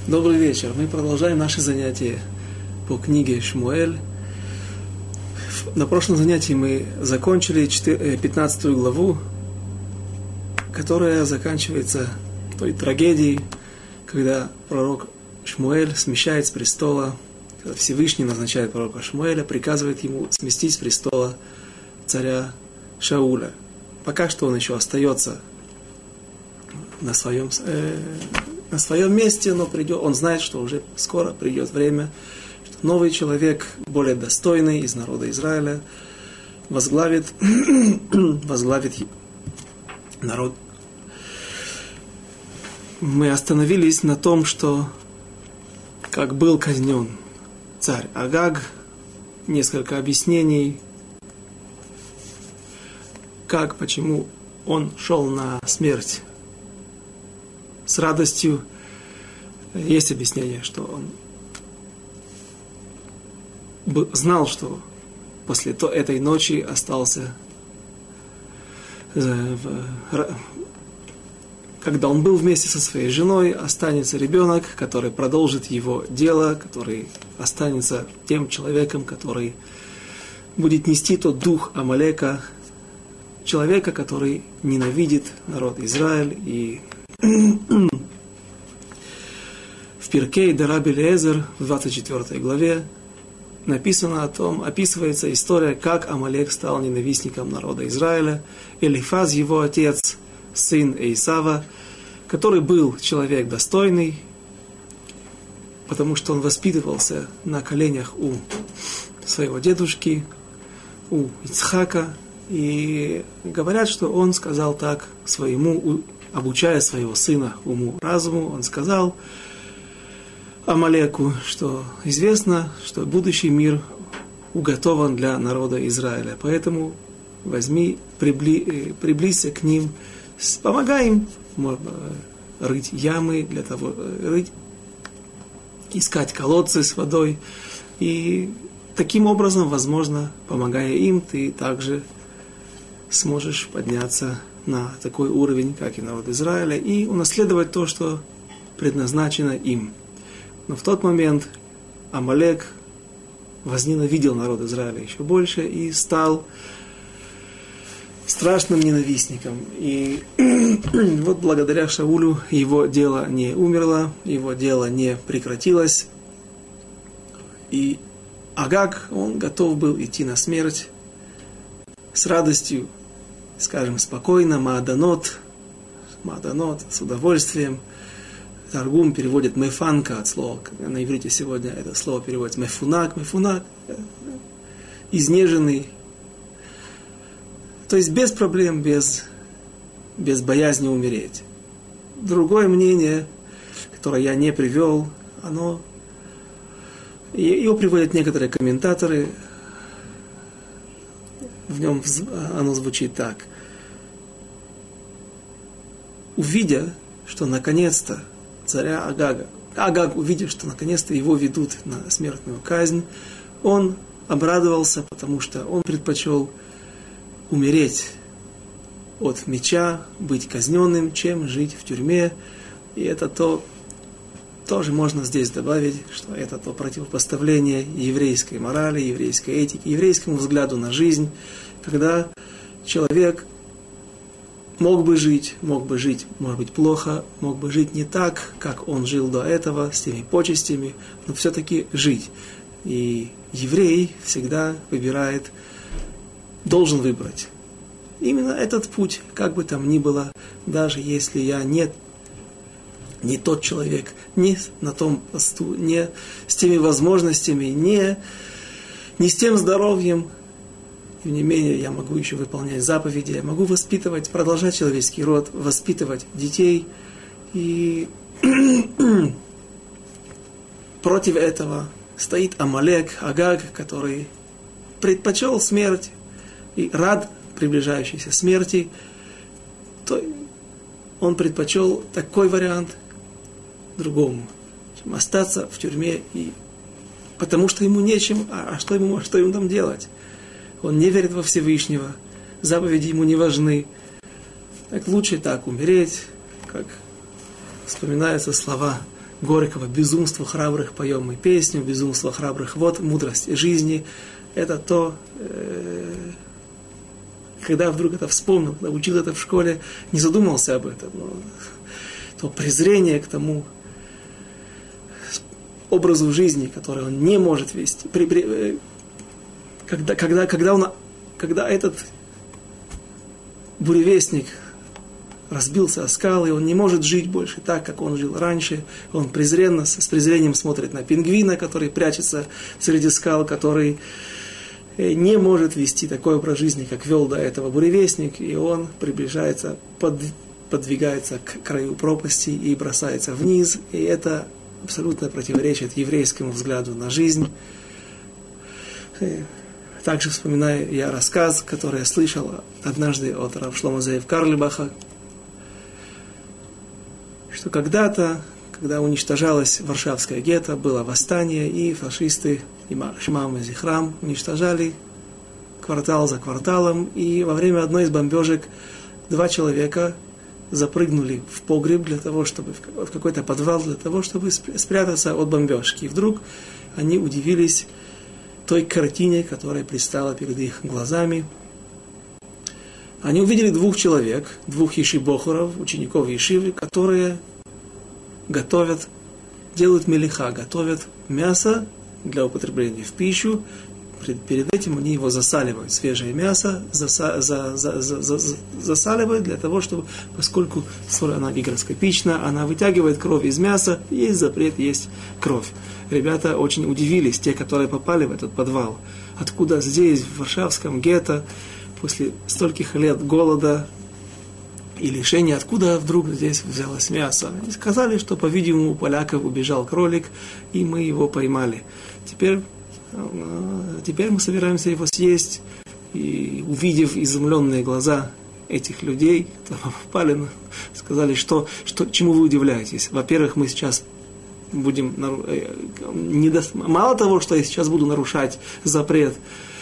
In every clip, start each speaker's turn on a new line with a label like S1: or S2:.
S1: Добрый вечер. Мы продолжаем наши занятия по книге Шмуэль. На прошлом занятии мы закончили 15 главу, которая заканчивается той трагедией, когда пророк Шмуэль смещает с престола, когда Всевышний назначает пророка Шмуэля, приказывает ему сместить с престола царя Шауля. Пока что он еще остается на своем месте, но он знает, что уже скоро придет время, что новый человек, более достойный из народа Израиля, возглавит народ. Мы остановились на том, что как был казнен царь Агаг, несколько объяснений, почему он шел на смерть с радостью. Есть объяснение, что он знал, что после этой ночи остался, когда он был вместе со своей женой, останется ребенок, который продолжит его дело, который останется тем человеком, который будет нести тот дух Амалека, человека, который ненавидит народ Израиль. И в Пиркей де Раби Элиэзер, в 24 главе, описывается история, как Амалек стал ненавистником народа Израиля. Элифаз, его отец, сын Эйсава, который был человек достойный, потому что он воспитывался на коленях у своего дедушки, у Ицхака, и говорят, что он сказал так обучая своего сына уму-разуму, он сказал Амалеку, что известно, что будущий мир уготован для народа Израиля. Поэтому приблизься к ним, помогай им рыть ямы, искать колодцы с водой. И таким образом, возможно, помогая им, ты также сможешь подняться на такой уровень, как и народ Израиля, и унаследовать то, что предназначено им. Но в тот момент Амалек возненавидел народ Израиля еще больше и стал страшным ненавистником. И вот благодаря Шаулю его дело не умерло, его дело не прекратилось. И Агаг, он готов был идти на смерть с радостью, скажем, спокойно, мааданот, с удовольствием. Таргум переводит мефанка от слова, на иврите сегодня это слово переводится мефунак, изнеженный. То есть без проблем, без боязни умереть. Другое мнение, которое я не привел, его приводят некоторые комментаторы. В нем оно звучит так. Увидя, что наконец-то царя Агаг увидел, что наконец-то его ведут на смертную казнь, он обрадовался, потому что он предпочел умереть от меча, быть казненным, чем жить в тюрьме. И это тоже можно здесь добавить, что это то противопоставление еврейской морали, еврейской этики, еврейскому взгляду на жизнь, когда человек мог бы жить, может быть, плохо, мог бы жить не так, как он жил до этого, с теми почестями, но все-таки жить. И еврей всегда должен выбрать именно этот путь, как бы там ни было, даже если я не тот человек, не на том посту, не с теми возможностями, не с тем здоровьем. Тем не менее, я могу еще выполнять заповеди, я могу продолжать человеческий род, воспитывать детей. И против этого стоит Амалек, Агаг, который предпочел смерть и рад приближающейся смерти. Он предпочел такой вариант другому, чем остаться в тюрьме, потому что ему нечем, что ему там делать? Он не верит во Всевышнего, заповеди ему не важны. Так лучше так умереть, как вспоминаются слова горького безумства храбрых поем мы песню, безумство храбрых вот, мудрость жизни. Это то, когда вдруг это вспомнил, когда учил это в школе, не задумался об этом. Но то презрение к тому образу жизни, который он не может вести. Когда этот буревестник разбился о скалы, он не может жить больше так, как он жил раньше. Он с презрением смотрит на пингвина, который прячется среди скал, который не может вести такой образ жизни, как вел до этого буревестник, и он приближается, подвигается к краю пропасти и бросается вниз, и это абсолютно противоречит еврейскому взгляду на жизнь. Также вспоминаю я рассказ, который я слышал однажды от рав Шломо Зеев Карлибаха, что когда-то, когда уничтожалось Варшавское гетто, было восстание, и фашисты, Шимам и Зихрам, уничтожали квартал за кварталом, и во время одной из бомбежек 2 человека запрыгнули в погреб для того, чтобы в какой-то подвал для того, чтобы спрятаться от бомбежки. И вдруг они удивились той картине, которая предстала перед их глазами. Они увидели 2 человек, 2 ешибохоров, учеников ешивы, которые делают мелиха, готовят мясо для употребления в пищу. Перед этим они его засаливают, свежее мясо засаливают для того, чтобы, поскольку соль, она гигроскопична, она вытягивает кровь из мяса, есть запрет, есть кровь. Ребята очень удивились, те, которые попали в этот подвал. Откуда здесь, в Варшавском гетто, после стольких лет голода и лишения, откуда вдруг здесь взялось мясо? И сказали, что, по-видимому, у поляков убежал кролик, и мы его поймали. Теперь мы собираемся его съесть. И увидев изумленные глаза этих людей, которые попали, сказали, чему вы удивляетесь? Во-первых, мы сейчас будем... Мало того, что я сейчас буду нарушать запрет,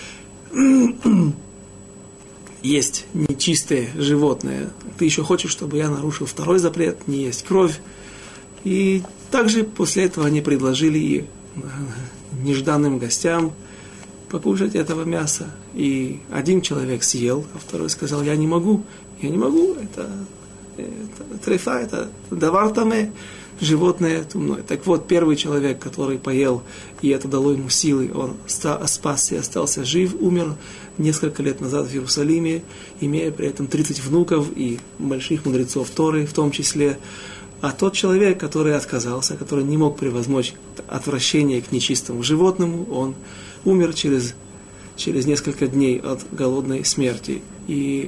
S1: есть нечистые животные, ты еще хочешь, чтобы я нарушил 2-й запрет, не есть кровь. И также после этого они предложили и нежданным гостям покушать этого мяса. И один человек съел, а второй сказал, я не могу, это трефа, это давар таме, животное тумное. Так вот, первый человек, который поел, и это дало ему силы, он спасся и остался жив, умер несколько лет назад в Иерусалиме, имея при этом 30 внуков и больших мудрецов Торы в том числе. А тот человек, который отказался, который не мог превозмочь отвращение к нечистому животному, он умер через несколько дней от голодной смерти. И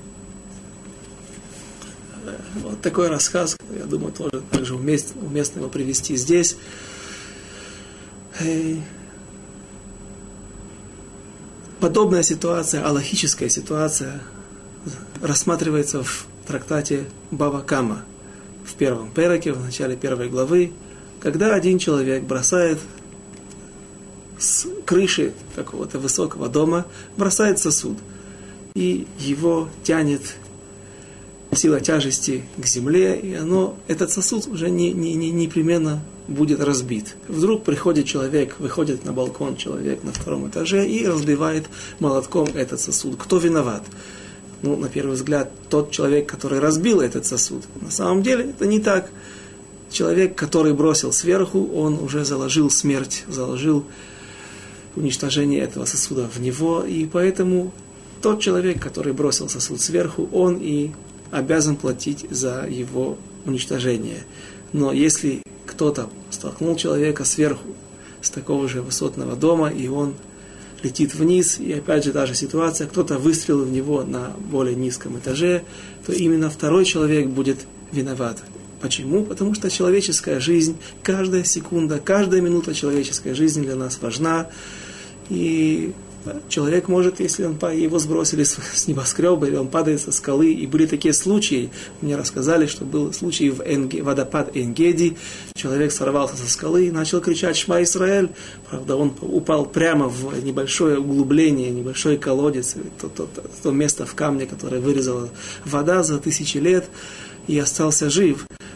S1: вот такой рассказ, я думаю, тоже также уместно его привести здесь. Подобная ситуация, алахическая ситуация, рассматривается в трактате Бава Кама, в 1 переке, в начале 1 главы, когда один человек бросает с крыши какого-то высокого дома, бросает сосуд, и его тянет сила тяжести к земле, и этот сосуд уже непременно будет разбит. Вдруг приходит человек, выходит на балкон человек на 2-м этаже и разбивает молотком этот сосуд. Кто виноват? На первый взгляд, тот человек, который разбил этот сосуд. На самом деле это не так. Человек, который бросил сверху, он уже заложил смерть, заложил уничтожение этого сосуда в него, и поэтому тот человек, который бросил сосуд сверху, он и обязан платить за его уничтожение. Но если кто-то столкнул человека сверху с такого же высотного дома, и он летит вниз, и опять же та же ситуация, кто-то выстрелил в него на более низком этаже, то именно 2-й человек будет виноват. Почему? Потому что человеческая жизнь, каждая секунда, каждая минута человеческой жизни для нас важна. И человек может, если его сбросили с небоскреба, или он падает со скалы, и были такие случаи, мне рассказали, что был случай в водопад Энгеди, человек сорвался со скалы и начал кричать «Шма Исраэль», правда, он упал прямо в небольшое углубление, небольшой колодец, то место в камне, которое вырезала вода за 1000 лет, и остался жив.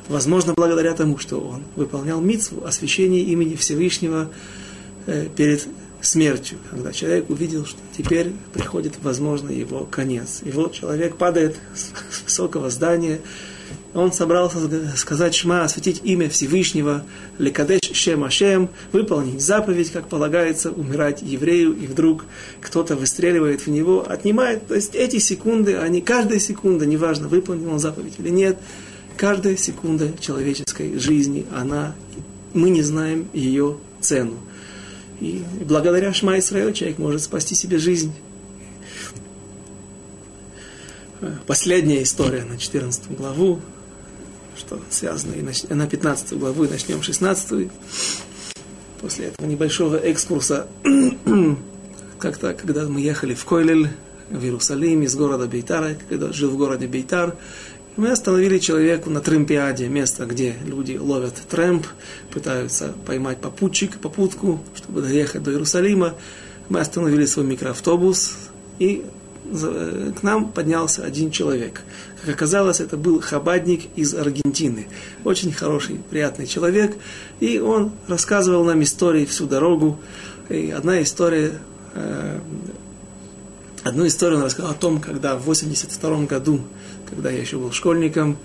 S1: возможно, благодаря тому, что он выполнял мицву освящения имени Всевышнего перед смертью, когда человек увидел, что теперь приходит, возможно, его конец. И вот человек падает с высокого здания, он собрался сказать Шма, осветить имя Всевышнего, лекадеш шем Ашем, выполнить заповедь, как полагается, умирать еврею, и вдруг кто-то выстреливает в него, отнимает, то есть эти секунды, каждая секунда, неважно, выполнил он заповедь или нет, каждая секунда человеческой жизни, мы не знаем ее цену. И благодаря Шма Исраэль человек может спасти себе жизнь. Последняя история на 14 главу, что связано и на 15 главу, и начнем 16. После этого небольшого экскурса, как-то, когда мы ехали в Койлель, в Иерусалим, из города Бейтара, когда жил в городе Бейтар, мы остановили человеку на Тремпиаде, место, где люди ловят трэмп, пытаются поймать попутку, чтобы доехать до Иерусалима. Мы остановили свой микроавтобус, и к нам поднялся один человек. Как оказалось, это был хабадник из Аргентины. Очень хороший, приятный человек. И он рассказывал нам истории всю дорогу. И одну историю он рассказал о том, когда в 1982 году, когда я еще был школьником,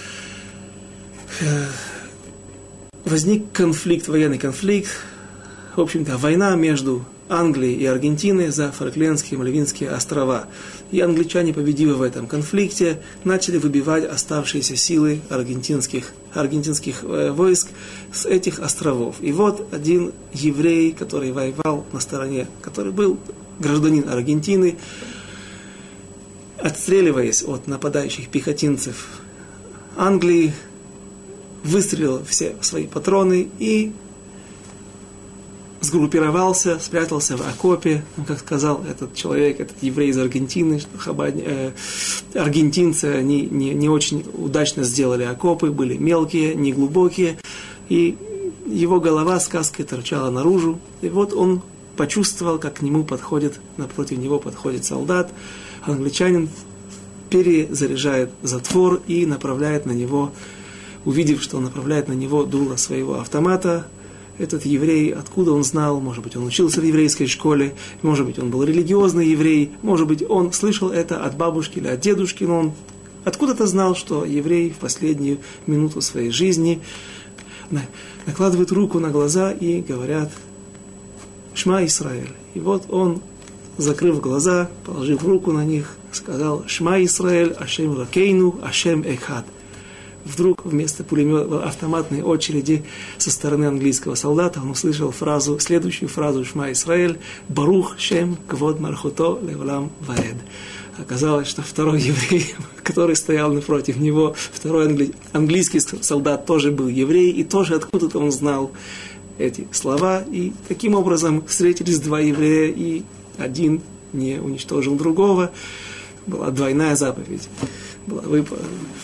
S1: возник военный конфликт, в общем-то, война между Англией и Аргентиной за Фолклендские и Мальвинские острова. И англичане, победив в этом конфликте, начали выбивать оставшиеся силы аргентинских войск с этих островов. И вот один еврей, который воевал на стороне, который был гражданин Аргентины, отстреливаясь от нападающих пехотинцев Англии, выстрелил все свои патроны и сгруппировался, спрятался в окопе. Как сказал этот человек, этот еврей из Аргентины, что аргентинцы, они не очень удачно сделали окопы, были мелкие, неглубокие, и его голова с каской торчала наружу. И вот он почувствовал, как к нему напротив него подходит солдат, англичанин перезаряжает затвор и направляет на него, увидев, что он направляет на него дуло своего автомата. Этот еврей, откуда он знал, может быть, он учился в еврейской школе, может быть, он был религиозный еврей, может быть, он слышал это от бабушки или от дедушки, но он откуда-то знал, что еврей в последнюю минуту своей жизни накладывает руку на глаза и говорят «Шма Исраэль». И вот он, закрыв глаза, положив руку на них, сказал «Шма Исраэль, Ашем Лакейну, Ашем Эхад». Вдруг вместо автоматной очереди со стороны английского солдата он услышал следующую фразу «Шма Исраэль» «Барух Шем Квод Мархуто Левлам Ваэд». Оказалось, что второй еврей, который стоял напротив него, второй английский солдат тоже был еврей, и тоже откуда-то он знал эти слова. И таким образом встретились два еврея, и один не уничтожил другого. Была двойная заповедь. Была выполнена.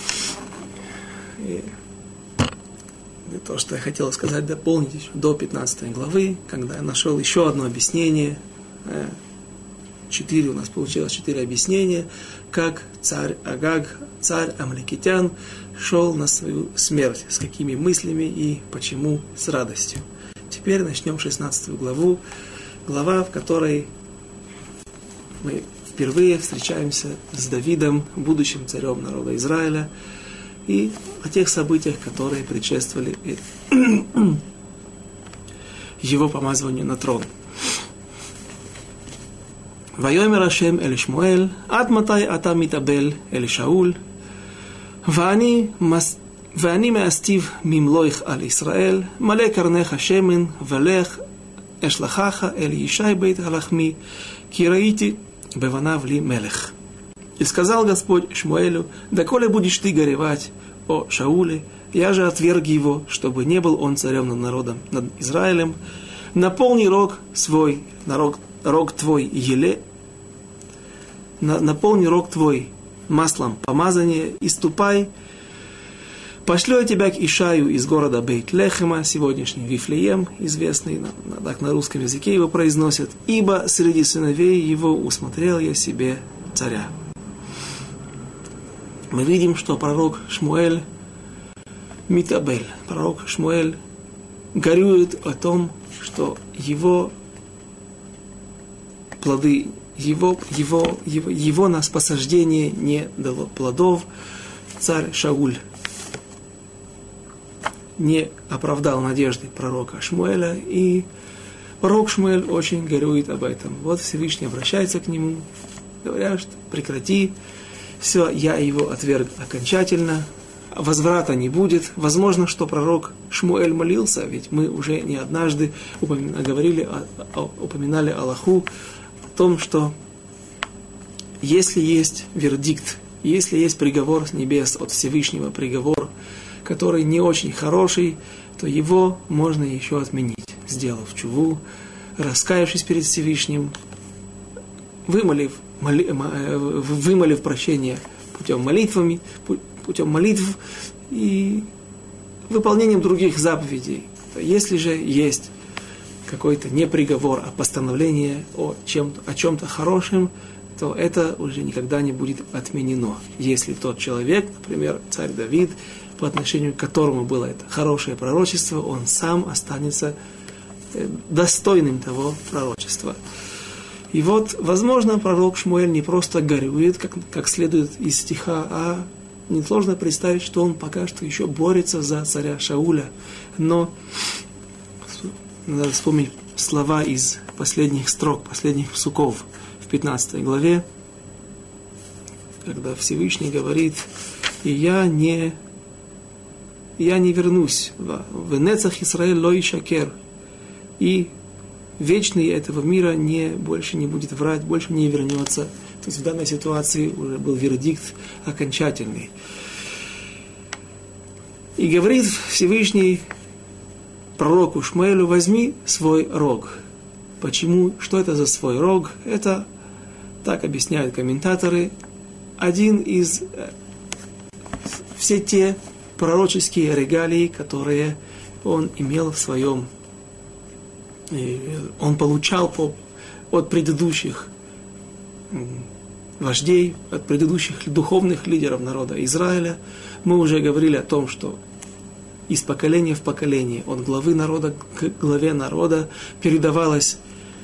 S1: И то, что я хотел сказать, дополнить еще до 15 главы, когда я нашел еще одно объяснение, у нас получилось 4 объяснения, как царь Агаг, царь Амалекитян, шел на свою смерть, с какими мыслями и почему с радостью. Теперь начнем 16 главу, глава, в которой мы впервые встречаемся с Давидом, будущим царем народа Израиля, и о тех событиях, которые предшествовали его помазыванию на трон. ויאמר השם אל שמואל, עד מתי אתה מתאבל אל שאול? ואני מאסתיו ממלוך על ישראל, מלא קרנך שמן, ולך אשלחך אל ישי בית הלחמי, כי ראיתי בבניו לי мелех. И сказал Господь Шмуэлю: «Доколе будешь ты горевать о Шауле, я же отверг его, чтобы не был он царем над народом, над Израилем. Наполни рог твой наполни рог твой маслом помазания и ступай. Пошлю я тебя к Ишаю из города Бейт-Лехема, сегодняшний Вифлеем, известный, так на русском языке его произносят, ибо среди сыновей его усмотрел я себе царя». Мы видим, что пророк Шмуэль Митабель, пророк Шмуэль, горюет о том, что его плоды, его нас посаждение не дало плодов. Царь Шауль не оправдал надежды пророка Шмуэля, и пророк Шмуэль очень горюет об этом. Вот Всевышний обращается к нему, говоря, что прекрати, все, я его отверг окончательно, возврата не будет. Возможно, что пророк Шмуэль молился, ведь мы уже не однажды упоминали Аллаху о том, что если есть вердикт, если есть приговор с небес от Всевышнего, приговор, который не очень хороший, то его можно еще отменить, сделав чуву, раскаявшись перед Всевышним, вымолив прощение путем молитв и выполнением других заповедей. Если же есть какой-то не приговор, а постановление о чем-то хорошем, то это уже никогда не будет отменено. Если тот человек, например, царь Давид, по отношению к которому было это хорошее пророчество, он сам останется достойным того пророчества. И вот, возможно, пророк Шмуэль не просто горюет, как следует из стиха, а несложно представить, что он пока что еще борется за царя Шауля. Но надо вспомнить слова из последних строк, последних псуков в 15 главе, когда Всевышний говорит: «И я не вернусь, в нецах Исраэль ло ишакер, и вечный этого мира больше не будет врать, больше не вернется». То есть в данной ситуации уже был вердикт окончательный. И говорит Всевышний пророку Шмуэлю: возьми свой рог. Почему? Что это за свой рог? Это, так объясняют комментаторы, один из все те пророческие регалии, которые он имел в своем, он получал от предыдущих вождей, от предыдущих духовных лидеров народа Израиля. Мы уже говорили о том, что из поколения в поколение, от главы народа к главе народа передавался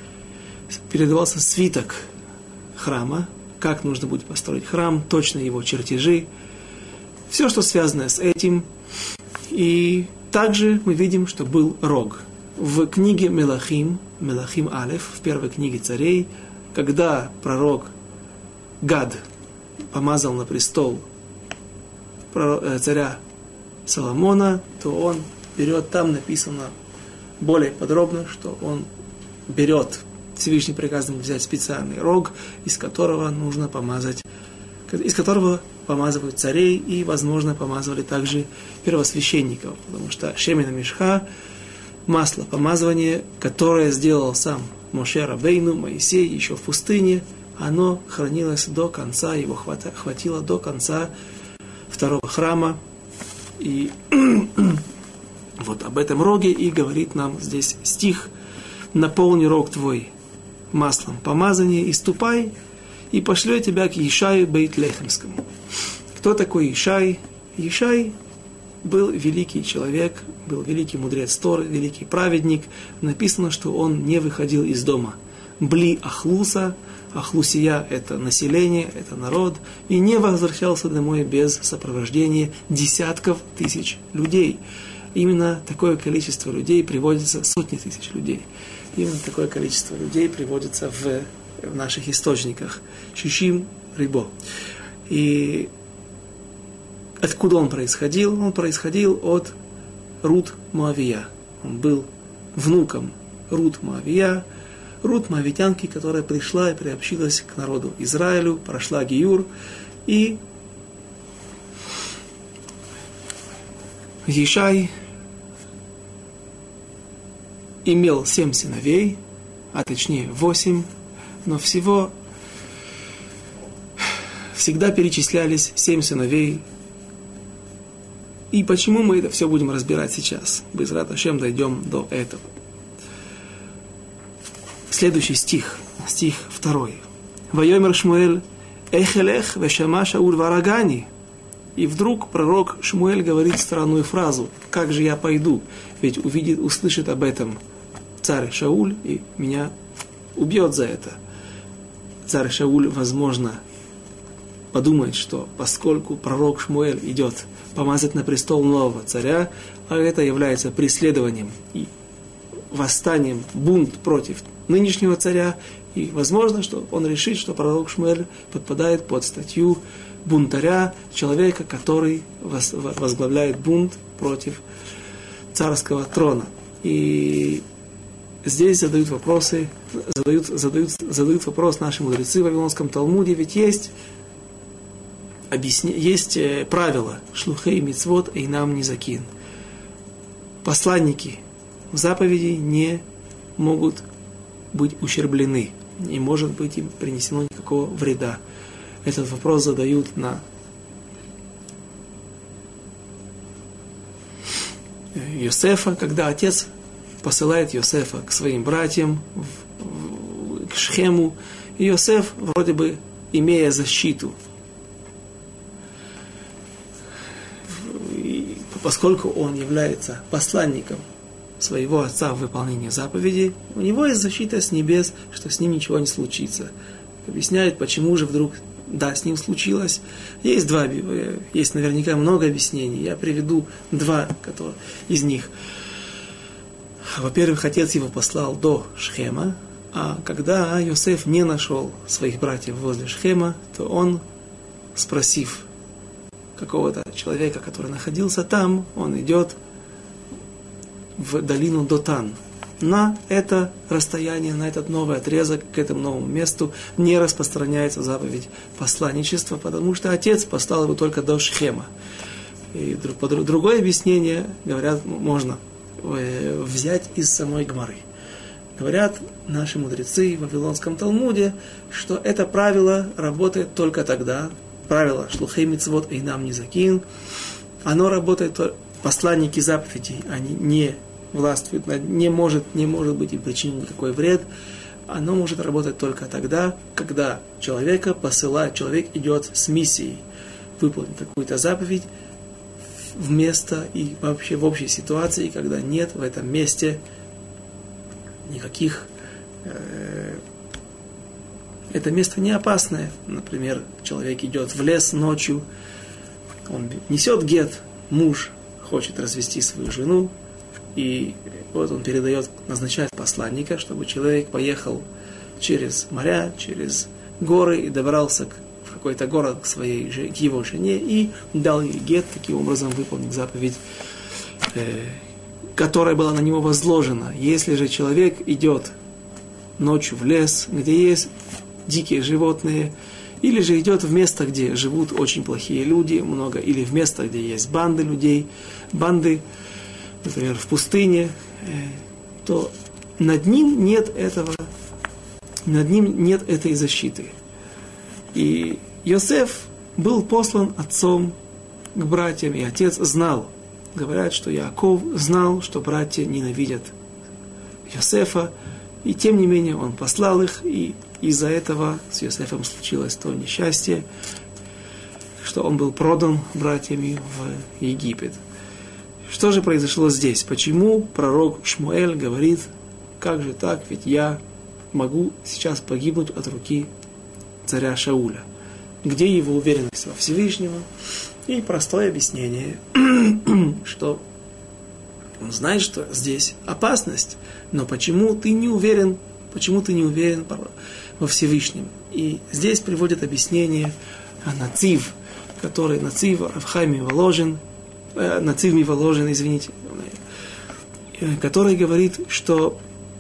S1: свиток храма, как нужно будет построить храм, точно его чертежи, все, что связано с этим. И также мы видим, что был рог. В книге Мелахим Алеф, в первой книге царей, когда пророк Гад помазал на престол царя Соломона, то он берет, там написано более подробно, что он берет, Всевышний приказывает взять специальный рог, из которого помазывают царей, и, возможно, помазывали также первосвященников, потому что Шемена Мишха, масло помазывания, которое сделал сам Моше Рабейну, Моисей, еще в пустыне, оно хранилось до конца, его хватило до конца второго храма. И вот об этом роге и говорит нам здесь стих: «Наполни рог твой маслом помазания, и ступай, и пошлю я тебя к Ишаю Бейт-Лехемскому». Кто такой Ишай? Ишай был великий человек, был великий мудрец Торы, великий праведник. Написано, что он не выходил из дома. Бли Ахлуса, Ахлусия – это население, это народ, и не возвращался домой без сопровождения десятков тысяч людей. Именно такое количество людей приводится, сотни тысяч людей. Именно такое количество людей приводится в наших источниках. Шишим Рибо. И откуда он происходил? Он происходил от Рут Моавия. Он был внуком Рут Моавия, Рут Моавитянки, которая пришла и приобщилась к народу Израилю, прошла Гиюр, и Ишай имел 7 сыновей, а точнее 8, но всегда перечислялись 7 сыновей. И почему мы это все будем разбирать сейчас? Безрат Ашем дойдем до этого. Следующий стих 2. «Вайомер Шмуэль, эхелех вешама Шауль варагани». И вдруг пророк Шмуэль говорит странную фразу: «Как же я пойду? Ведь услышит об этом царь Шауль и меня убьет за это». Царь Шауль, возможно, подумает, что поскольку пророк Шмуэль идет помазать на престол нового царя, а это является преследованием и восстанием, бунт против нынешнего царя, и возможно, что он решит, что пророк Шмуэль подпадает под статью бунтаря, человека, который возглавляет бунт против царского трона. И здесь задают вопрос наши мудрецы в Вавилонском Талмуде, ведь есть правило «Шлухей мицвот эйнам низакин». Посланники заповедей не могут быть ущерблены, не может быть им принесено никакого вреда. Этот вопрос задают на Йосефа, когда отец посылает Йосефа к своим братьям, к Шхему, и Йосеф, вроде бы имея защиту, поскольку он является посланником своего отца в выполнении заповедей, у него есть защита с небес, что с ним ничего не случится. Объясняет, почему же вдруг, с ним случилось. Есть наверняка много объяснений. Я приведу два из них. Во-первых, отец его послал до Шхема, а когда Йосеф не нашел своих братьев возле Шхема, то он, спросив какого-то человека, который находился там, он идет в долину Дотан. На это расстояние, на этот новый отрезок, к этому новому месту не распространяется заповедь посланничества, потому что отец послал его только до Шхема. И другое объяснение, говорят, можно взять из самой Гмары. Говорят наши мудрецы в Вавилонском Талмуде, что это правило работает только тогда, правило «Шлухей мицвот эйнам низакин», оно работает, посланники заповедей, они не властвуют, не может быть им причинен никакой вред, оно может работать только тогда, когда человек идет с миссией выполнить какую-то заповедь в место и вообще в общей ситуации, когда нет в этом месте никаких... это место не опасное. Например, человек идет в лес ночью, он несет гет, муж хочет развести свою жену, и вот он назначает посланника, чтобы человек поехал через моря, через горы и добрался в какой-то город к его жене и дал ей гет, таким образом выполнить заповедь, которая была на него возложена. Если же человек идет ночью в лес, где есть дикие животные, или же идет в место, где живут очень плохие люди, много, или в место, где есть банды людей, например, в пустыне, то над ним нет этой защиты. И Йосеф был послан отцом к братьям, и отец знал, говорят, что Яаков знал, что братья ненавидят Йосефа, и тем не менее он послал их, и из-за этого с Йосефом случилось то несчастье, что он был продан братьями в Египет. Что же произошло здесь? Почему пророк Шмуэль говорит, как же так, ведь я могу сейчас погибнуть от руки царя Шауля? Где его уверенность во Всевышнего? И простое объяснение, что он знает, что здесь опасность, но почему ты не уверен во Всевышнем? И здесь приводит объяснение Нацив, Нацив Миволожен, который говорит, что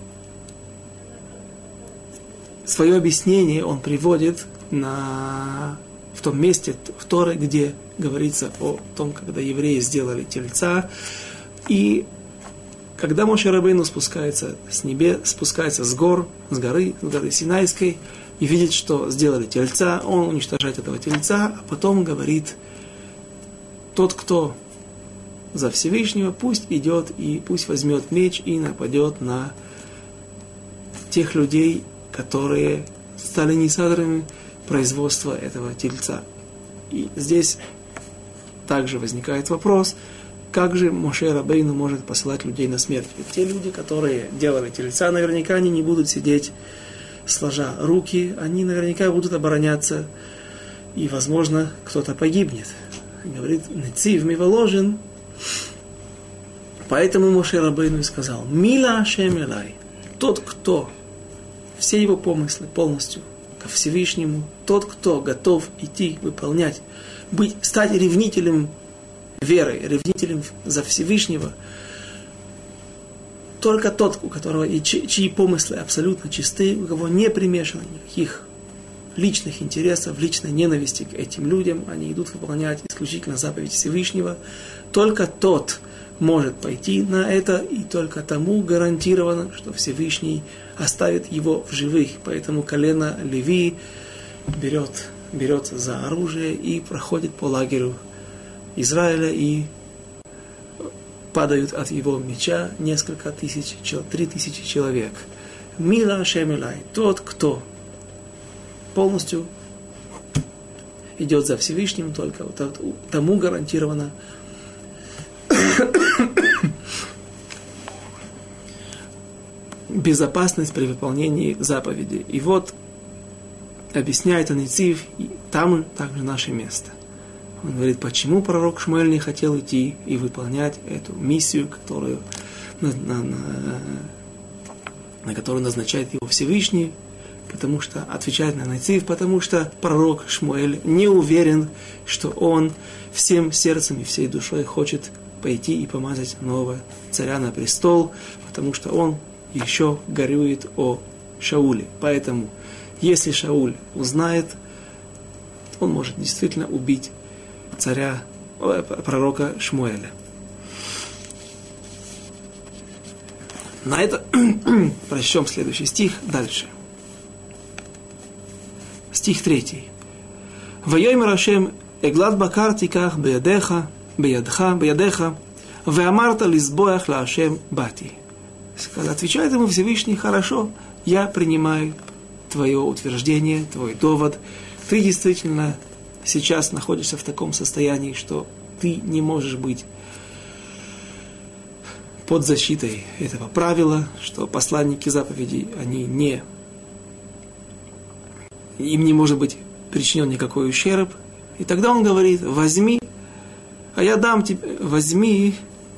S1: свое объяснение он приводит в том месте в Торе, где говорится о том, когда евреи сделали тельца, и когда Моше Рабейну спускается с горы Синайской, и видит, что сделали тельца, он уничтожает этого тельца, а потом говорит: тот, кто за Всевышнего, пусть идет и пусть возьмет меч и нападет на тех людей, которые стали инициаторами производства этого тельца. И здесь также возникает вопрос, как же Моше Рабейну может посылать людей на смерть? Ведь те люди, которые делали тельца, наверняка они не будут сидеть сложа руки, они наверняка будут обороняться, и, возможно, кто-то погибнет. Говорит, Нецив миволожен. Поэтому Моше Рабейну и сказал, Мила Ашем Элай, тот, кто все его помыслы полностью ко Всевышнему, тот, кто готов идти, выполнять, стать ревнителем веры, ревнителем за Всевышнего, только тот, у которого и чьи помыслы абсолютно чисты, у кого не примешано никаких личных интересов, личной ненависти к этим людям, они идут выполнять исключительно заповедь Всевышнего, только тот может пойти на это, и только тому гарантировано, что Всевышний оставит его в живых. Поэтому колено Леви берется за оружие и проходит по лагерю Израиля, и падают от его меча несколько тысяч, 3000 человек. Мила Ашем Элай, тот, кто полностью идет за Всевышним, только тому гарантировано безопасность при выполнении заповедей. И вот объясняет Нецив, там также наше место. Он говорит, почему пророк Шмуэль не хотел идти и выполнять эту миссию, на которую назначает его Всевышний, потому что, отвечает на Нецив, потому что пророк Шмуэль не уверен, что он всем сердцем и всей душой хочет пойти и помазать нового царя на престол, потому что он еще горюет о Шауле. Поэтому, если Шауль узнает, он может действительно убить пророка Шмуэля. На это прочтем следующий стих дальше. Стих 3. «Вайомер Ашем эглад бакар тиках биядеха веамарта лизбоях ла Ашем бати». Отвечает ему Всевышний, хорошо, я принимаю твое утверждение, твой довод. Ты действительно сейчас находишься в таком состоянии, что ты не можешь быть под защитой этого правила, что посланники заповедей, им не может быть причинен никакой ущерб. И тогда он говорит, возьми, а я дам тебе, возьми.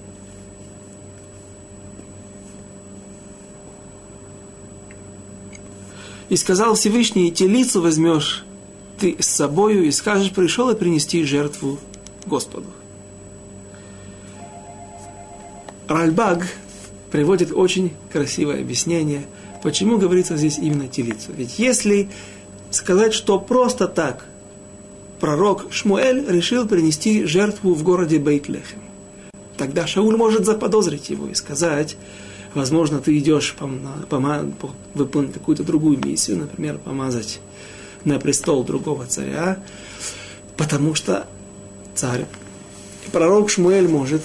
S1: И сказал Всевышний, телицу возьмешь ты с собою и скажешь, пришел и принести жертву Господу. Ральбаг приводит очень красивое объяснение, почему говорится здесь именно телицу. Ведь если сказать, что просто так пророк Шмуэль решил принести жертву в городе Бейт-Лехем, тогда Шауль может заподозрить его и сказать, возможно, ты идешь выполнить какую-то другую миссию, например, помазать на престол другого царя, потому что пророк Шмуэль может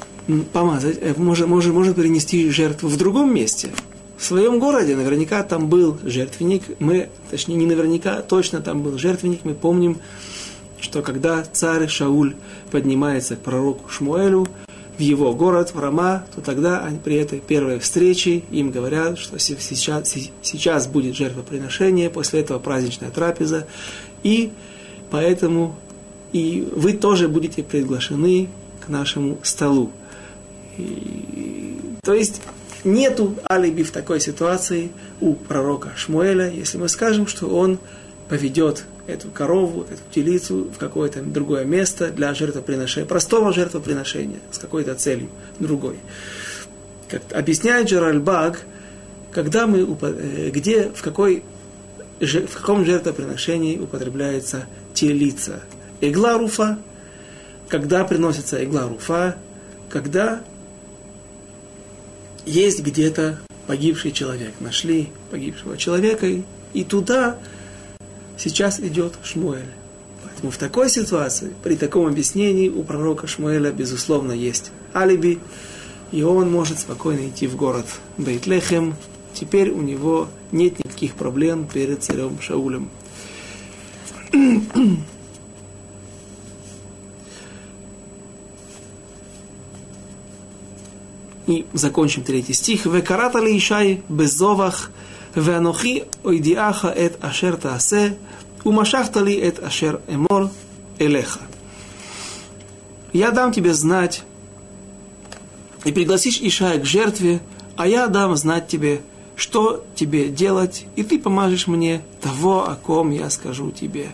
S1: принести жертву в другом месте. В своем городе наверняка там был жертвенник, точнее не наверняка, точно там был жертвенник. Мы помним, что когда царь Шауль поднимается к пророку Шмуэлю в его город, в Рама, то тогда при этой первой встрече им говорят, что сейчас будет жертвоприношение, после этого праздничная трапеза, и поэтому и вы тоже будете приглашены к нашему столу. То есть нету алиби в такой ситуации у пророка Шмуэля, если мы скажем, что он поведет эту корову, эту телицу в какое-то другое место для жертвоприношения, простого жертвоприношения с какой-то целью другой. Как объясняет Ральбаг, в каком жертвоприношении употребляется телица. Игла руфа, когда приносится игла руфа, когда есть где-то погибший человек. Нашли погибшего человека, и туда сейчас идет Шмуэль. Поэтому в такой ситуации, при таком объяснении, у пророка Шмуэля, безусловно, есть алиби, и он может спокойно идти в город Бейт-Лехем. Теперь у него нет никаких проблем перед царем Шаулем. И закончим 3 стих. «Векарата ли Ишай безовах, веанохи ойдиаха эт ашер таасе, умашахта ли эт ашер эмор элеха». Я дам тебе знать, и пригласишь Ишая к жертве, а я дам знать тебе, что тебе делать, и ты помажешь мне того, о ком я скажу тебе.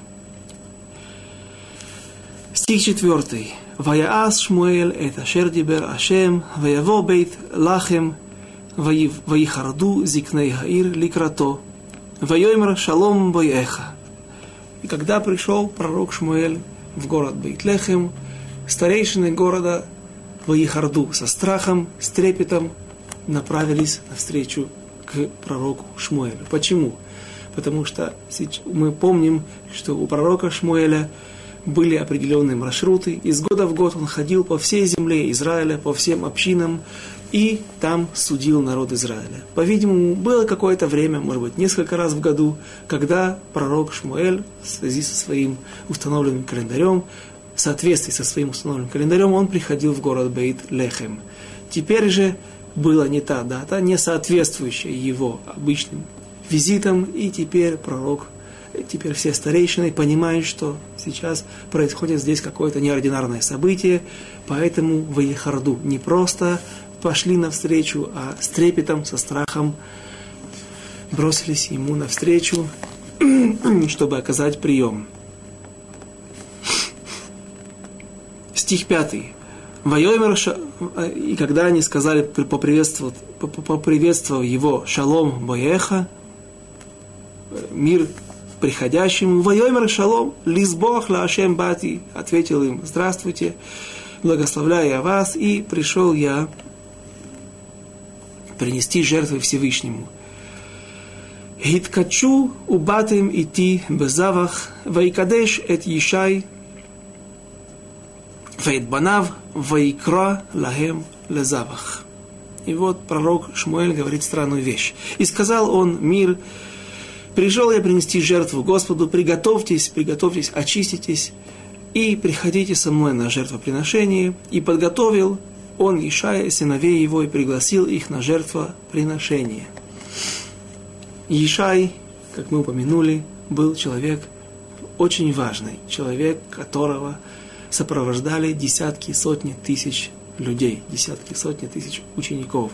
S1: Стих 4. «Ваяас Шмуэль эт ашер дибер Ашем, ваяво бейт лахем, ваихарду зикней хаир ликрато, вайомер шалом боеха». И когда пришел пророк Шмуэль в город Бейт-Лехем, старейшины города Ваихарду со страхом, с трепетом направились навстречу к пророку Шмуэлю. Почему? Потому что мы помним, что у пророка Шмуэля были определенные маршруты. Из года в год он ходил по всей земле Израиля, по всем общинам, и там судил народ Израиля. По-видимому, было какое-то время, может быть, несколько раз в году, когда пророк Шмуэль в связи со своим установленным календарем, в соответствии со своим установленным календарем, он приходил в город Бейт-Лехем. Теперь же была не та дата, не соответствующая его обычным визитам, и теперь теперь все старейшины понимают, что сейчас происходит здесь какое-то неординарное событие, поэтому в Ваихарду не просто пошли навстречу, а с трепетом, со страхом бросились ему навстречу, чтобы оказать прием. Стих 5. И когда они сказали, поприветствовав его «Шалом боеха», мир приходящему, «Вайомер шалом, лизбох ла Ашем бати», ответил им «Здравствуйте, благословляю я вас, и пришел я принести жертвы Всевышнему». «Хиткачу убатым ити безавах, вайкадеш эт Ишай, вейт банав, вайкра лахем лезавах». И вот пророк Шмуэль говорит странную вещь. «И сказал он, мир, пришел я принести жертву Господу, приготовьтесь, очиститесь, и приходите со мной на жертвоприношение». И подготовил он Ишая, сыновей его, и пригласил их на жертвоприношение. Ишай, как мы упомянули, был человек очень важный, человек, которого сопровождали десятки, сотни тысяч людей, десятки, сотни тысяч учеников.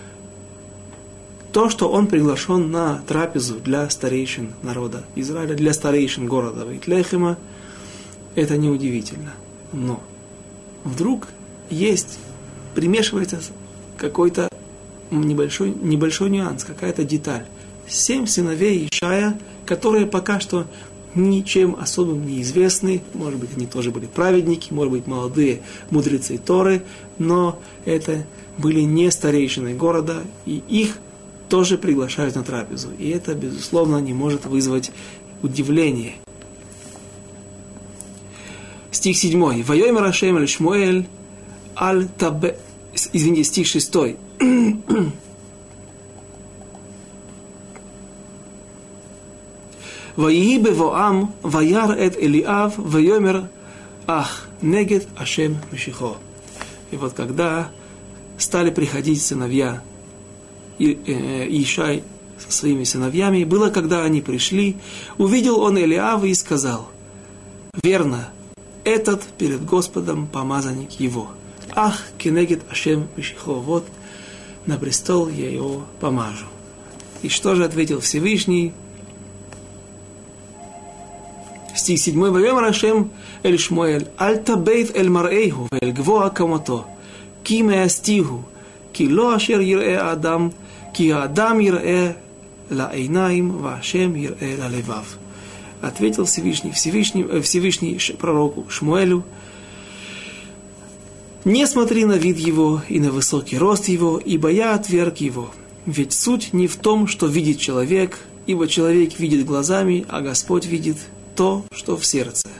S1: То, что он приглашен на трапезу для старейшин народа Израиля, для старейшин города Бейт-Лехема, это неудивительно. Но вдруг примешивается какой-то небольшой нюанс, какая-то деталь. 7 сыновей Ишая, которые пока что ничем особым не известны, может быть, они тоже были праведники, может быть, молодые мудрецы Торы, но это были не старейшины города, и их тоже приглашают на трапезу. И это, безусловно, не может вызвать удивление. Стих 7. «Вайомер Ашем эль Шмуэль аль табе...» Извините, стих 6. «Ваиги бевоам, ваяр эт Элиав, вайомер ах, негет Ашем мишихо». И вот когда стали приходить сыновья Ишай со своими сыновьями, было, когда они пришли, увидел он Элиава и сказал: «Верно, этот перед Господом помазанник его. Ах, кенегет Ашем мишихо, вот на престол я его помажу». И что же ответил Всевышний? Стих 7. «Вайомер Ашем эль Шмуэль, аль табейт эль марейху, эль гвоа камото, ки меастигу, ки ло ашер йирэ адам, ки адам йирэ ла эйнаим, ва Ашем йирэ ла левав». Ответил Всевышний пророку Шмуэлю: «Не смотри на вид его и на высокий рост его, ибо я отверг его. Ведь суть не в том, что видит человек, ибо человек видит глазами, а Господь видит то, что в сердце».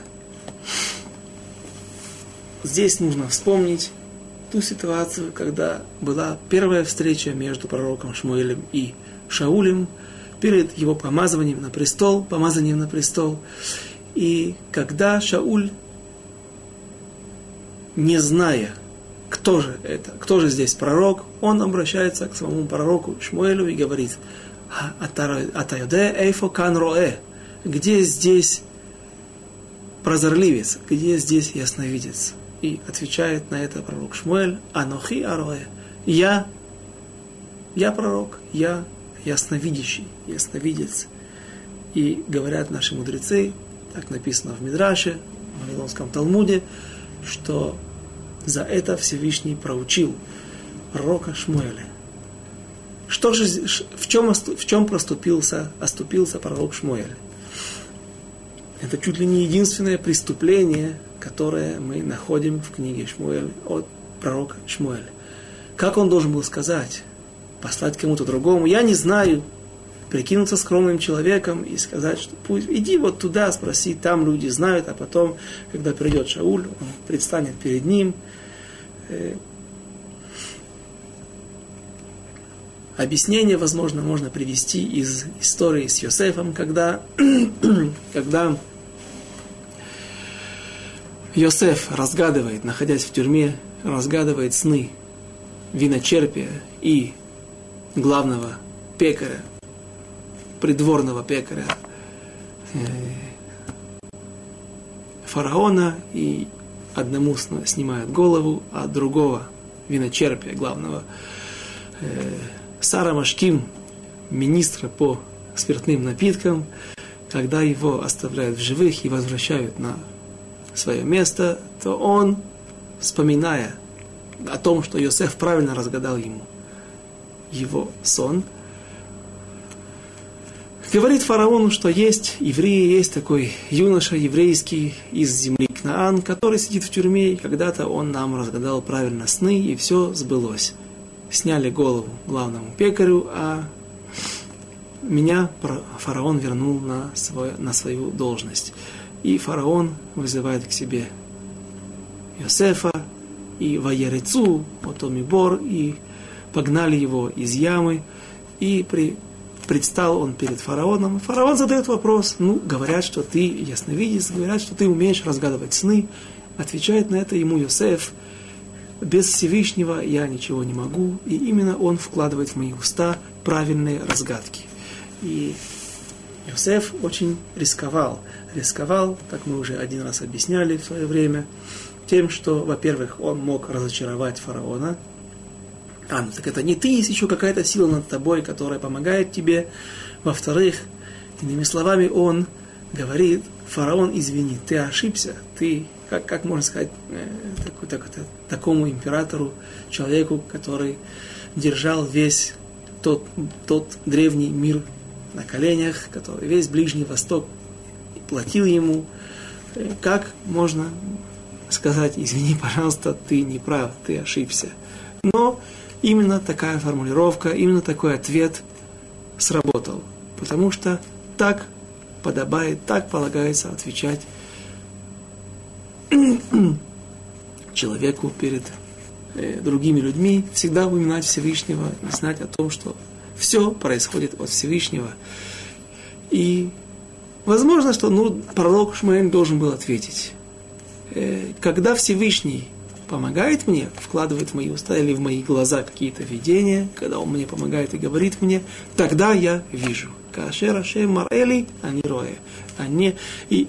S1: Здесь нужно вспомнить ту ситуацию, когда была первая встреча между пророком Шмуэлем и Шаулем перед его помазанием на престол. И когда Шауль, не зная кто же это, кто же здесь пророк, он обращается к самому пророку Шмуэлю и говорит: «Атайоде эйфо кан роэ», где здесь прозорливец, где здесь ясновидец? И отвечает на это пророк Шмуэль: «Анохи ароэ», я пророк, я ясновидящий, ясновидец. И говорят наши мудрецы, так написано в Мидраше, в Вавилонском Талмуде, что за это Всевышний проучил пророка Шмуэля. Что же, в чем оступился пророк Шмуэль? Это чуть ли не единственное преступление, которое мы находим в книге Шмуэль от пророка Шмуэля. Как он должен был сказать? Послать кому-то другому? Я не знаю. Прикинуться скромным человеком и сказать, что пусть иди вот туда, спроси, там люди знают, а потом, когда придет Шауль, он предстанет перед ним. Объяснение, возможно, можно привести из истории с Йосефом, когда Йосеф разгадывает, находясь в тюрьме, разгадывает сны виночерпия и главного пекаря, придворного пекаря фараона, и одному снимают голову, а другого виночерпия, главного Сара Машким, министра по спиртным напиткам, когда его оставляют в живых и возвращают на свое место, то он, вспоминая о том, что Йосеф правильно разгадал ему его сон, говорит фараону, что есть евреи, есть такой юноша еврейский из земли Кнаан, который сидит в тюрьме, и когда-то он нам разгадал правильно сны, и все сбылось. Сняли голову главному пекарю, а меня фараон вернул на свою должность. И фараон вызывает к себе Йосефа, и Ваерецу, потом и Бор, и погнали его из ямы, и предстал он перед фараоном. Фараон задает вопрос: говорят, что ты ясновидец, говорят, что ты умеешь разгадывать сны. Отвечает на это ему Йосеф: без Всевышнего я ничего не могу, и именно он вкладывает в мои уста правильные разгадки. И Йосеф очень рисковал, как мы уже один раз объясняли в свое время, тем, что, во-первых, он мог разочаровать фараона. Так это не ты, есть еще какая-то сила над тобой, которая помогает тебе. Во-вторых, иными словами, он говорит: фараон, извини, ты ошибся, ты, как можно сказать, такому императору, человеку, который держал весь тот древний мир на коленях, который весь Ближний Восток платил ему, как можно сказать: извини, пожалуйста, ты не прав, ты ошибся. Но именно такая формулировка, именно такой ответ сработал, потому что так подобает, так полагается отвечать человеку перед другими людьми, всегда упоминать Всевышнего и знать о том, что все происходит от Всевышнего. И возможно, что пророк Шмуэль должен был ответить: когда Всевышний помогает мне, вкладывает в мои уста или в мои глаза какие-то видения, когда он мне помогает и говорит мне, тогда я вижу. Кашер Ашем Мар'эли ани роэ. И,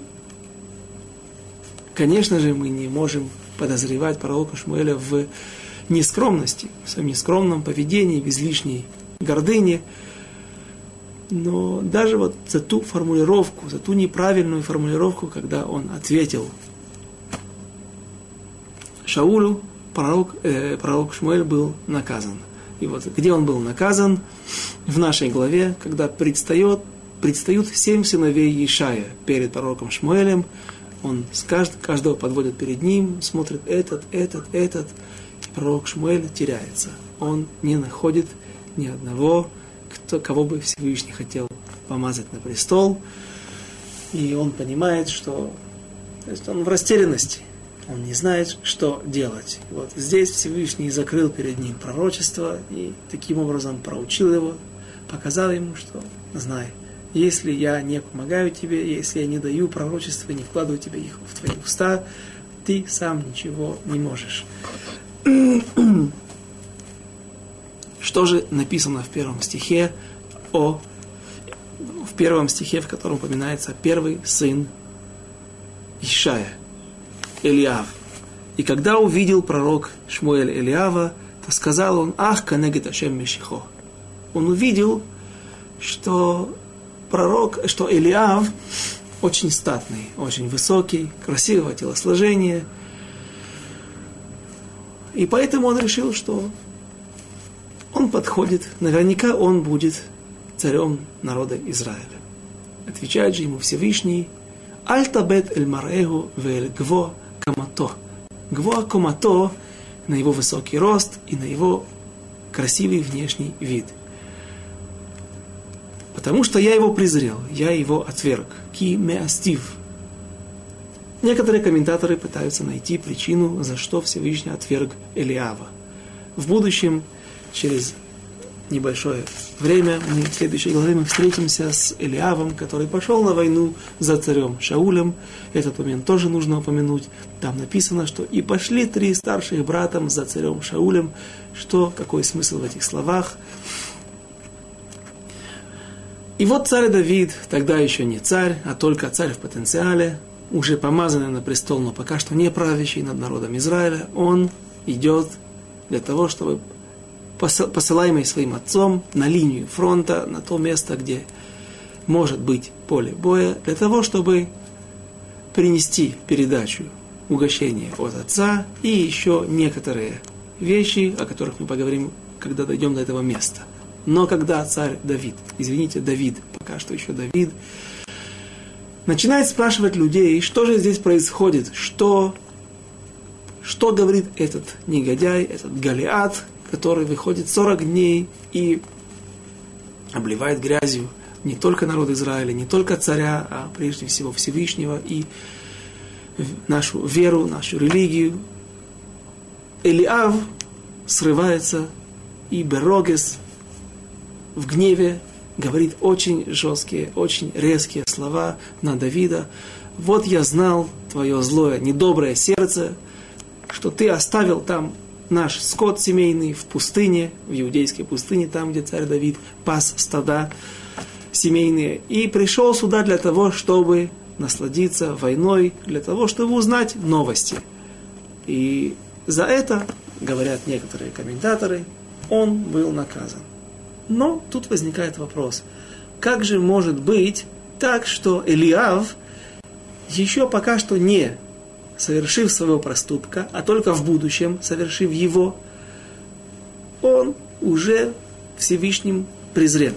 S1: конечно же, мы не можем подозревать пророка Шмуэля в нескромности, в своем нескромном поведении, в излишней гордыне. Но даже вот за ту формулировку, за ту неправильную формулировку, когда он ответил Шаулю, пророк Шмуэль был наказан. И вот где он был наказан? В нашей главе, когда предстают 7 сыновей Ишая перед пророком Шмуэлем, он каждого подводит перед ним, смотрит этот, и пророк Шмуэль теряется. Он не находит ни одного, кого бы Всевышний хотел помазать на престол, и он понимает, что он в растерянности. Он не знает, что делать. И вот здесь Всевышний закрыл перед ним пророчество и таким образом проучил его, показал ему, что знай, если я не помогаю тебе, если я не даю пророчества, не вкладываю тебе их в твои уста, ты сам ничего не можешь. Что же написано в первом стихе, в котором упоминается первый сын Ишая, Элиав? И когда увидел пророк Шмуэль Элиава, то сказал он: «Ах, канегет Ашем Мешихо». Он увидел, что Элиав очень статный, очень высокий, красивого телосложения. И поэтому он решил, что он подходит, наверняка он будет царем народа Израиля. Отвечает же ему Всевышний: «Аль табет эль марэху вэль гво камато». Гво камато на его высокий рост и на его красивый внешний вид. Потому что я его презрел, я его отверг. Ки меастив. Некоторые комментаторы пытаются найти причину, за что Всевышний отверг Элиава. В будущем, через небольшое время, в следующей главе мы встретимся с Элиавом, который пошел на войну за царем Шаулем. Этот момент тоже нужно упомянуть. Там написано, что и пошли 3 старших брата за царем Шаулем. Какой смысл в этих словах? И вот царь Давид, тогда еще не царь, а только царь в потенциале, уже помазанный на престол, но пока что не правящий над народом Израиля, он идет для того, чтобы посылаемый своим отцом на линию фронта, на то место, где может быть поле боя, для того, чтобы принести передачу, угощение от отца и еще некоторые вещи, о которых мы поговорим, когда дойдем до этого места. Но когда царь Давид, Давид, пока что еще Давид, начинает спрашивать людей, что же здесь происходит, что говорит этот негодяй, этот Голиат, который выходит 40 дней и обливает грязью не только народ Израиля, не только царя, а прежде всего Всевышнего и нашу веру, нашу религию. Элиав срывается, и Берогес в гневе говорит очень жесткие, очень резкие слова на Давида. «Вот я знал твое злое, недоброе сердце, что ты оставил там наш скот семейный в пустыне, в иудейской пустыне, там, где царь Давид пас стада семейные, и пришел сюда для того, чтобы насладиться войной, для того, чтобы узнать новости. И за это, говорят некоторые комментаторы, он был наказан». Но тут возникает вопрос, как же может быть так, что Элиав, еще пока что не совершив своего проступка, а только в будущем, совершив его, он уже Всевышним презрен.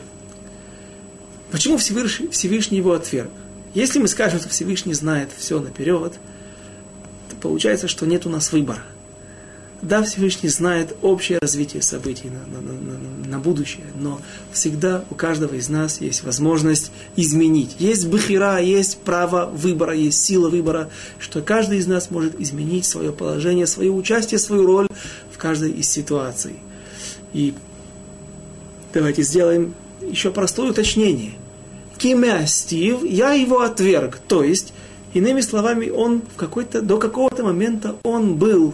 S1: Почему Всевышний его отверг? Если мы скажем, что Всевышний знает все наперед, то получается, что нет у нас выбора. Да, Всевышний знает общее развитие событий на будущее, но всегда у каждого из нас есть возможность изменить. Есть бхира, есть право выбора, есть сила выбора, что каждый из нас может изменить свое положение, свое участие, свою роль в каждой из ситуаций. И давайте сделаем еще простое уточнение. Кимястив, я его отверг. То есть, иными словами, до какого-то момента он был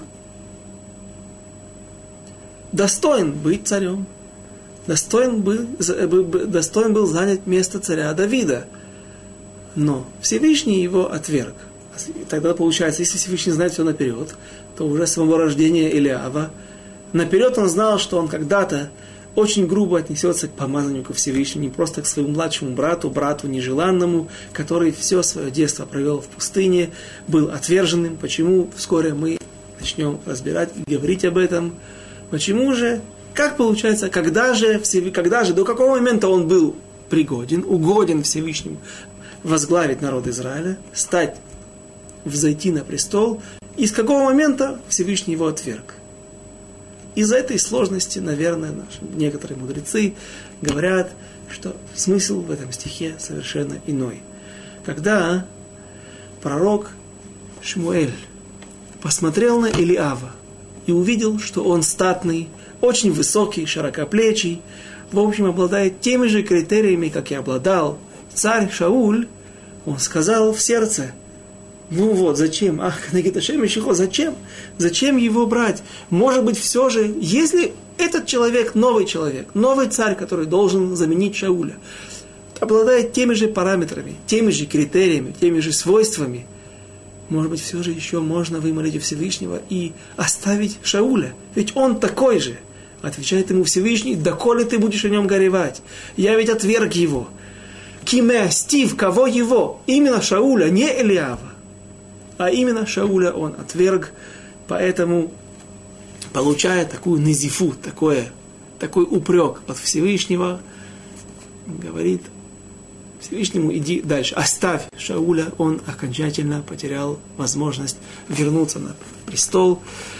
S1: достоин быть царем, достоин был занять место царя Давида. Но Всевышний его отверг. Тогда получается, если Всевышний знает все наперед, то уже с самого рождения Элиава, наперед он знал, что он когда-то очень грубо отнесется к помазаннику Всевышнему, не просто к своему младшему брату нежеланному, который все свое детство провел в пустыне, был отверженным. Почему? Вскоре мы начнем разбирать и говорить об этом. Почему же? Как получается, когда же, до какого момента он был угоден Всевышнему возглавить народ Израиля, взойти на престол, и с какого момента Всевышний его отверг? Из-за этой сложности, наверное, некоторые мудрецы говорят, что смысл в этом стихе совершенно иной. Когда пророк Шмуэль посмотрел на Элиава и увидел, что он статный, очень высокий, широкоплечий, в общем, обладает теми же критериями, как и обладал царь Шауль, он сказал в сердце: Ну вот, зачем? Зачем? Зачем его брать? Может быть, все же, если этот человек, новый царь, который должен заменить Шауля, обладает теми же параметрами, теми же критериями, теми же свойствами, может быть, все же еще можно вымолить у Всевышнего и оставить Шауля. Ведь он такой же. Отвечает ему Всевышний: доколе ты будешь о нем горевать? Я ведь отверг его. Киме, Стив, кого его? Именно Шауля, не Элиава. А именно Шауля он отверг, поэтому, получая такую назифу, такой упрек от Всевышнего, говорит Всевышнему: иди дальше, оставь Шауля, он окончательно потерял возможность вернуться на престол.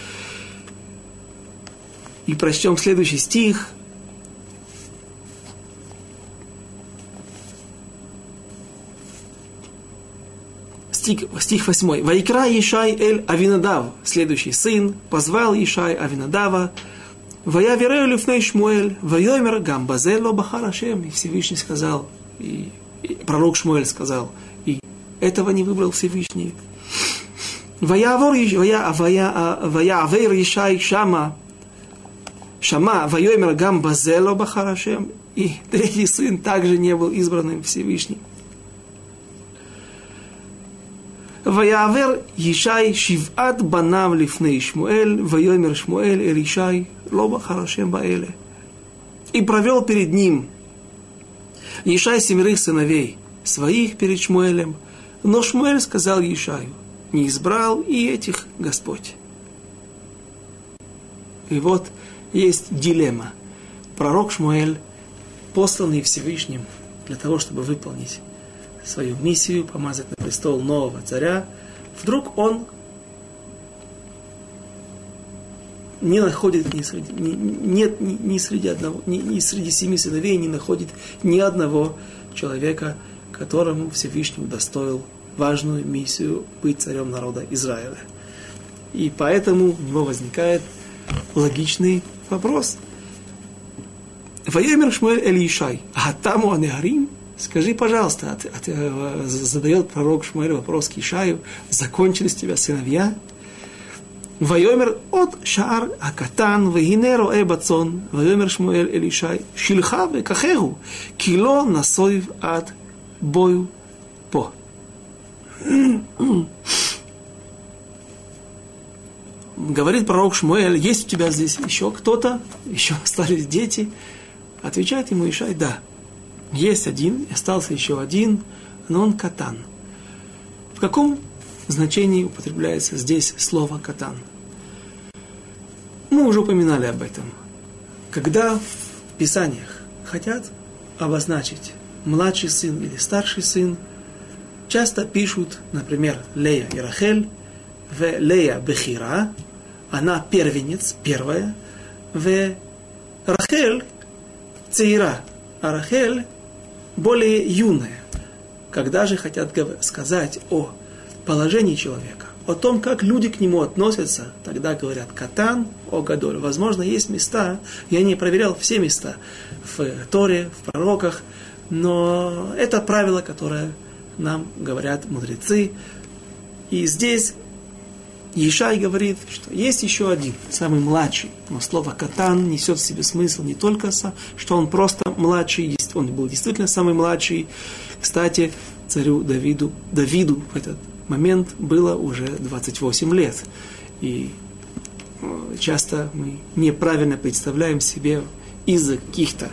S1: И прочтем следующий стих. Стих 8. «Вайкра Ишай эль Авинадав», следующий сын, позвал Ишай Авинадава, «Вая верею лифней Шмуэль, вайомер гам базело бахар Ашем». И Всевышний сказал, и пророк Шмуэль сказал, и этого не выбрал Всевышний. «Вая авер Ишай Шама, вайомер гам базело бахар Ашем». И третий сын также не был избранным Всевышним. «Ваявер Ишай шиват банав лифней Шмуэль, вайомер Шмуэль эль Ишай лоба харашем баэле». И провел перед ним Ишай 7 сыновей своих перед Шмуэлем, но Шмуэль сказал Ишаю: не избрал и этих Господь. И вот есть дилемма. Пророк Шмуэль, посланный Всевышним для того, чтобы выполнить свою миссию, помазать на престол нового царя, вдруг он не находит ни среди 7 сыновей не находит ни одного человека, которому Всевышний удостоил важную миссию быть царем народа Израиля. И поэтому у него возникает логичный вопрос. «Ваемер Шмуэль эль Ишай, атаму анеарим?» Скажи, пожалуйста, задает пророк Шмуэль вопрос к Ишаю: закончились у тебя сыновья? Вайомер от шаар акатан вегинеро эбацон. Вайомер Шмуэль эль Ишай шилха векахеру кило насоив ад бою по. Говорит пророк Шмуэль: есть у тебя здесь еще кто-то? Еще остались дети? Отвечает ему Ишай: да. Есть один, остался еще один, но он катан. В каком значении употребляется здесь слово катан? Мы уже упоминали об этом. Когда в Писаниях хотят обозначить младший сын или старший сын, часто пишут, например, Лея и Рахель, в Лея Бехира, она первенец, первая, в Рахель Цейра, а Рахель более юная. Когда же хотят сказать о положении человека, о том, как люди к нему относятся, тогда говорят катан о гадоль. Возможно, есть места, я не проверял все места в Торе, в пророках, но это правило, которое нам говорят мудрецы. И здесь Ишай говорит, что есть еще один, самый младший. Но слово «катан» несет в себе смысл не только, что он просто младший, он был действительно самый младший. Кстати, царю Давиду в этот момент было уже 28 лет. И часто мы неправильно представляем себе из-за каких-то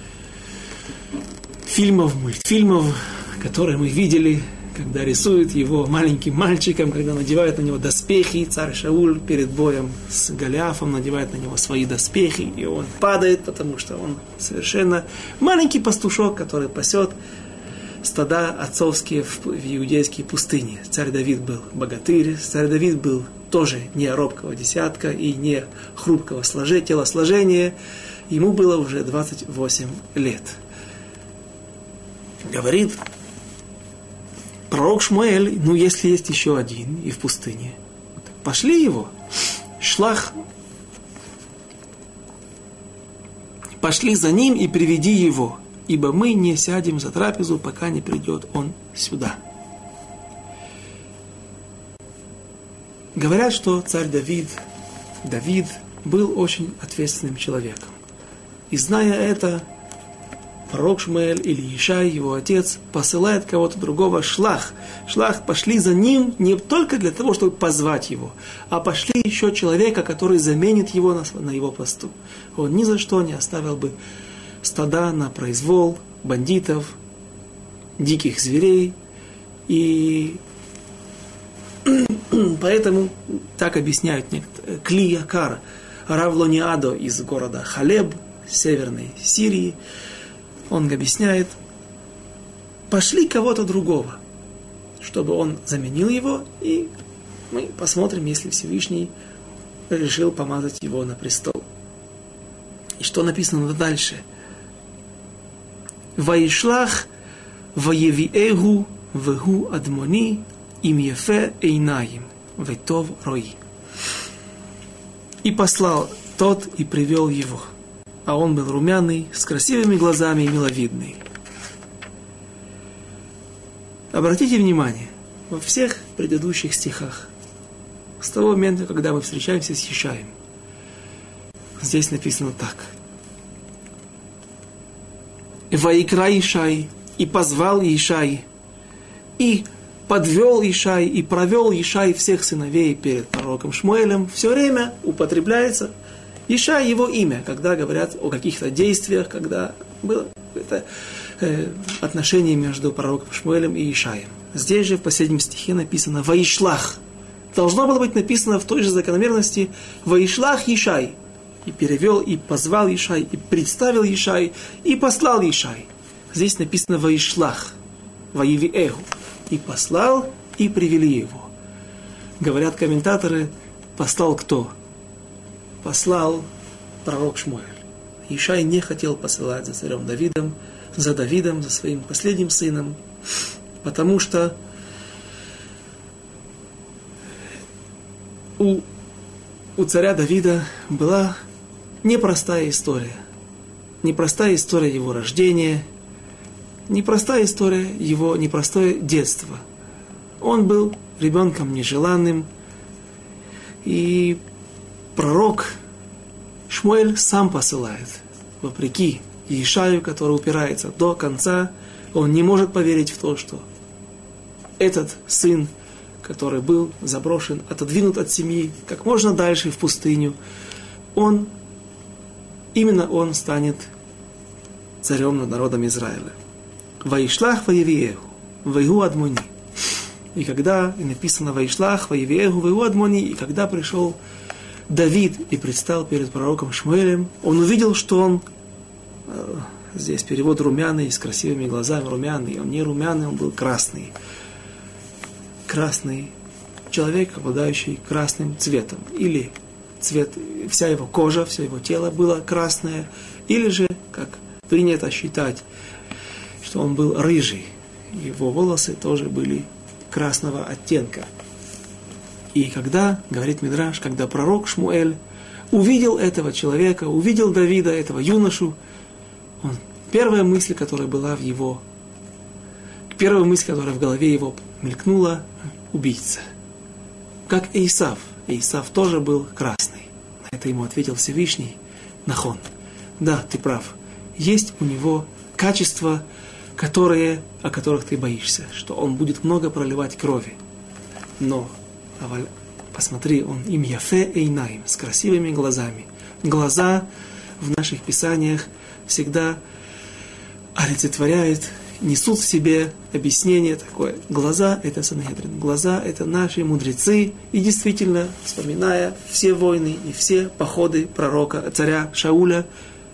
S1: фильмов, мультфильмов, которые мы видели, когда рисуют его маленьким мальчиком, когда надевают на него доспехи, царь Шауль перед боем с Голиафом надевает на него свои доспехи, и он падает, потому что он совершенно маленький пастушок, который пасет стада отцовские в иудейские пустыни. Царь Давид был богатырь, царь Давид был тоже не робкого десятка и не хрупкого телосложения, ему было уже 28 лет. Говорит пророк Шмуэль: ну, если есть еще один и в пустыне, пошли его, пошли за ним и приведи его, ибо мы не сядем за трапезу, пока не придет он сюда. Говорят, что царь Давид был очень ответственным человеком. И зная это, пророк Шмуэль или Ишай, его отец, посылает кого-то другого, шлах. Шлах пошли за ним не только для того, чтобы позвать его, а пошли еще человека, который заменит его на его посту. Он ни за что не оставил бы стада на произвол бандитов, диких зверей. И поэтому так объясняют некоторые. Кли Якар, Рав Лониадо из города Халеб, северной Сирии, он объясняет, пошли кого-то другого, чтобы он заменил его, и мы посмотрим, если Всевышний решил помазать его на престол. И что написано дальше? Ваишлах ваевиэгу вегу адмони им ефе эйнаим ветов рои. И послал тот и привел его. А он был румяный, с красивыми глазами и миловидный. Обратите внимание, во всех предыдущих стихах, с того момента, когда мы встречаемся с Ишаем, здесь написано так. «Ваикра Ишай, и позвал Ишай, и подвел Ишай, и провел Ишай всех сыновей перед пророком Шмуэлем». Все время употребляется Ишай его имя, когда говорят о каких-то действиях, когда было это отношение между пророком Шмуэлем и Ишаем. Здесь же в последнем стихе написано «Ваишлах». Должно было быть написано в той же закономерности «Ваишлах Ишай». И перевел, и позвал Ишай, и представил Ишай, и послал Ишай. Здесь написано «Ваишлах», «Ваевиэгу». И послал, и привели его. Говорят комментаторы, послал кто? Послал пророк Шмуэль. Ишай не хотел посылать за царем Давидом, за своим последним сыном, потому что у царя Давида была непростая история. Непростая история его рождения, непростая история его непростое детство. Он был ребенком нежеланным, и пророк Шмуэль сам посылает, вопреки Ишаю, который упирается до конца. Он не может поверить в то, что этот сын, который был заброшен, отодвинут от семьи как можно дальше в пустыню, именно он станет царем над народом Израиля. «Ваишлах ваевиэгу, вегу адмони». И когда написано «Ваишлах ваевиэгу, вегу адмони», и когда пришел Давид и предстал перед пророком Шмуэлем, он увидел, что он, здесь перевод румяный, с красивыми глазами румяный, он не румяный, он был красный. Красный человек, обладающий красным цветом. Или цвет, вся его кожа, все его тело было красное, или же, как принято считать, что он был рыжий. Его волосы тоже были красного оттенка. И когда, говорит Мидраш, когда пророк Шмуэль увидел этого человека, увидел Давида, этого юношу, первая мысль, которая была в голове его мелькнула, убийца. Как Исав. Исав тоже был красный. На это ему ответил Всевышний: Нахон. Да, ты прав. Есть у него качества, о которых ты боишься, что он будет много проливать крови. Но посмотри, он им яфе эйнаим, с красивыми глазами. Глаза в наших писаниях всегда олицетворяют, несут в себе объяснение такое. Глаза — это Сангедрин, глаза — это наши мудрецы. И действительно, вспоминая все войны и все походы царя Шауля,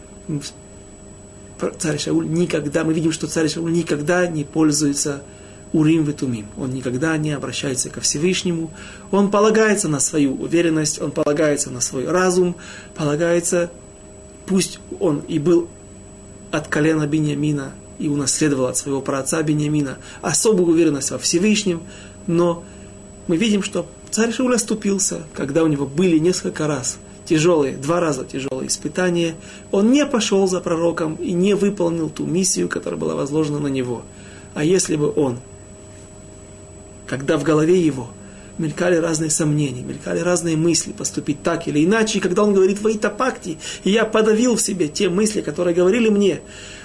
S1: мы видим, что царь Шауль никогда не пользуется Урим и Тумим. Он никогда не обращается ко Всевышнему. Он полагается на свою уверенность, он полагается на свой разум, пусть он и был от колена Биньямина и унаследовал от своего праотца Биньямина особую уверенность во Всевышнем, но мы видим, что царь Шауль оступился, когда у него были несколько раз два раза тяжелые испытания. Он не пошел за пророком и не выполнил ту миссию, которая была возложена на него. А если бы он, когда в голове его мелькали разные сомнения, мелькали разные мысли поступить так или иначе. И когда он говорит «Ваитапакти», и я подавил в себе те мысли, которые говорили мне,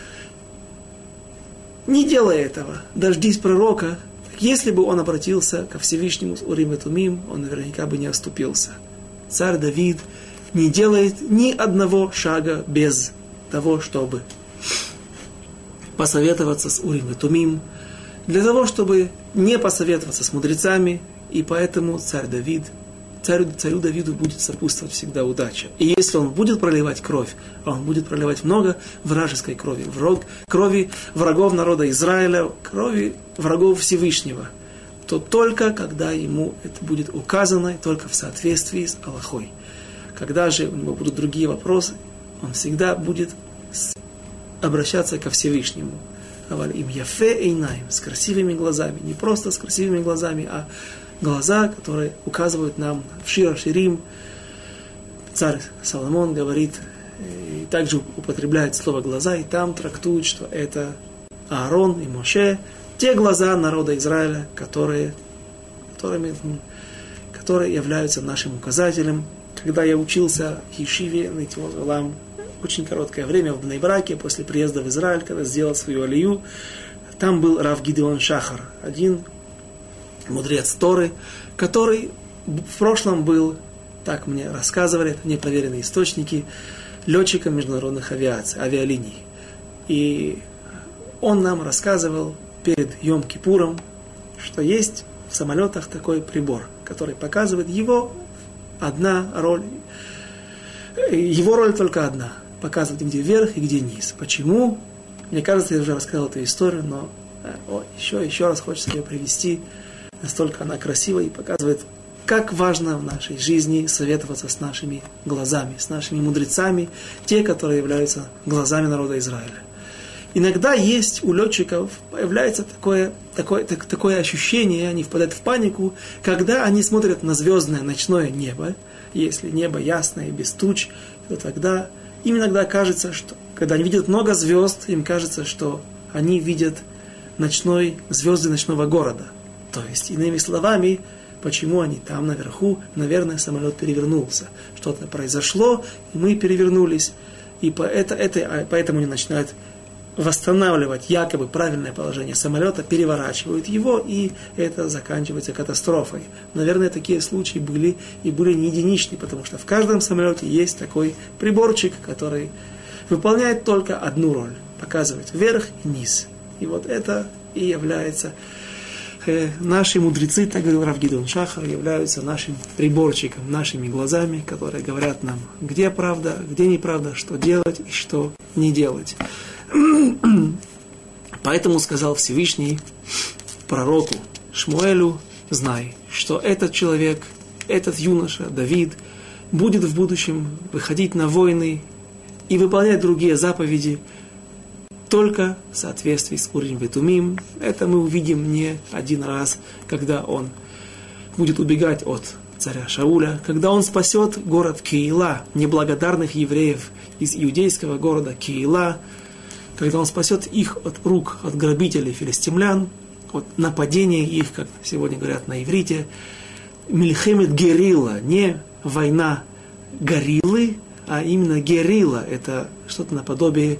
S1: не делай этого, дождись пророка. Если бы он обратился ко Всевышнему с Урим и Тумим, он наверняка бы не оступился. Царь Давид не делает ни одного шага без того, чтобы посоветоваться с Урим и Тумим, для того, чтобы не посоветоваться с мудрецами, и поэтому царю Давиду будет сопутствовать всегда удача. И если он будет проливать кровь, а он будет проливать много вражеской крови, крови врагов народа Израиля, крови врагов Всевышнего, то только когда ему это будет указано, и только в соответствии с Аллахой. Когда же у него будут другие вопросы, он всегда будет обращаться ко Всевышнему. Им яфе эйнаим, с красивыми глазами. Не просто с красивыми глазами, а глаза, которые указывают нам в Шир ха-Ширим. Царь Соломон говорит, и также употребляет слово «глаза», и там трактует, что это Аарон и Моше, те глаза народа Израиля, которые являются нашим указателем. Когда я учился в Ешиве, очень короткое время в Бней-Браке, после приезда в Израиль, когда сделал свою алию, там был Рав Гидеон Шахар, один мудрец Торы, который в прошлом был, так мне рассказывали, это непроверенные источники, летчиком международных авиалиний. И он нам рассказывал перед Йом-Кипуром, что есть в самолетах такой прибор, который показывает его одна роль. Его роль только одна. Показывать, где вверх и где низ. Почему? Мне кажется, я уже рассказал эту историю, но еще раз хочется ее привести. Настолько она красива и показывает, как важно в нашей жизни советоваться с нашими глазами, с нашими мудрецами, те, которые являются глазами народа Израиля. Иногда есть у летчиков, появляется такое ощущение, они впадают в панику, когда они смотрят на звездное ночное небо. Если небо ясное, без туч, то тогда им иногда кажется, что когда они видят много звезд, им кажется, что они видят звезды ночного города. То есть, иными словами, почему они там наверху, наверное, самолет перевернулся. Что-то произошло, и мы перевернулись. И поэтому они начинают восстанавливать якобы правильное положение самолета, переворачивают его, и это заканчивается катастрофой. Наверное, такие случаи были не единичны, потому что в каждом самолете есть такой приборчик, который выполняет только одну роль – показывать вверх и низ. И вот это и является... Наши мудрецы, так говорил Рав Гидеон Шахар, являются нашим приборчиком, нашими глазами, которые говорят нам, где правда, где неправда, что делать и что не делать. Поэтому сказал Всевышний пророку Шмуэлю: знай, что этот человек, этот юноша, Давид, будет в будущем выходить на войны и выполнять другие заповеди только в соответствии с Урим и Тумим. Это мы увидим не один раз, когда он будет убегать от царя Шауля, когда он спасет город Кеила, неблагодарных евреев из иудейского города Кеила, когда он спасет их от рук, от грабителей филистимлян, от нападения их, как сегодня говорят на иврите, мильхемет герилла, не война гориллы, а именно герилла, это что-то наподобие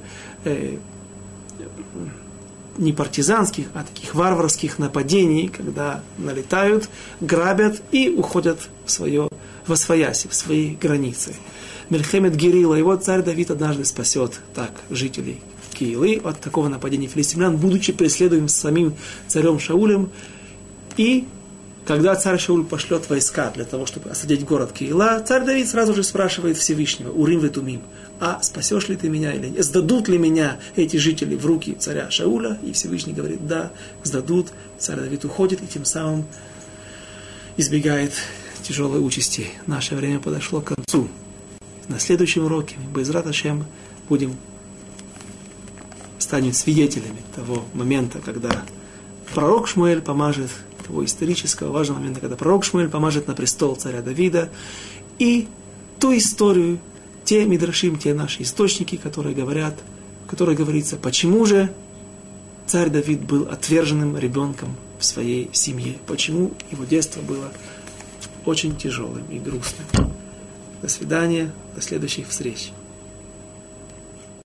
S1: не партизанских, а таких варварских нападений, когда налетают, грабят и уходят во свояси, в свои границы. Мильхемет герилла, его царь Давид однажды спасет так жителей Кеилы от такого нападения филистимлян, будучи преследуем самим царем Шаулем. И когда царь Шауль пошлет войска для того, чтобы осадить город Кеила, царь Давид сразу же спрашивает Всевышнего, Урим и Тумим: а спасешь ли ты меня или нет? Сдадут ли меня эти жители в руки царя Шауля? И Всевышний говорит: да, сдадут. Царь Давид уходит и тем самым избегает тяжелой участи. Наше время подошло к концу. На следующем уроке мы, Бе'эзрат Ашем, станем свидетелями того момента, когда пророк Шмуэль помажет, того исторического важного момента, когда пророк Шмуэль помажет на престол царя Давида, и ту историю, те мидрашим, те наши источники, которые говорят, в которой говорится, почему же царь Давид был отверженным ребенком в своей семье, почему его детство было очень тяжелым и грустным. До свидания, до следующих встреч.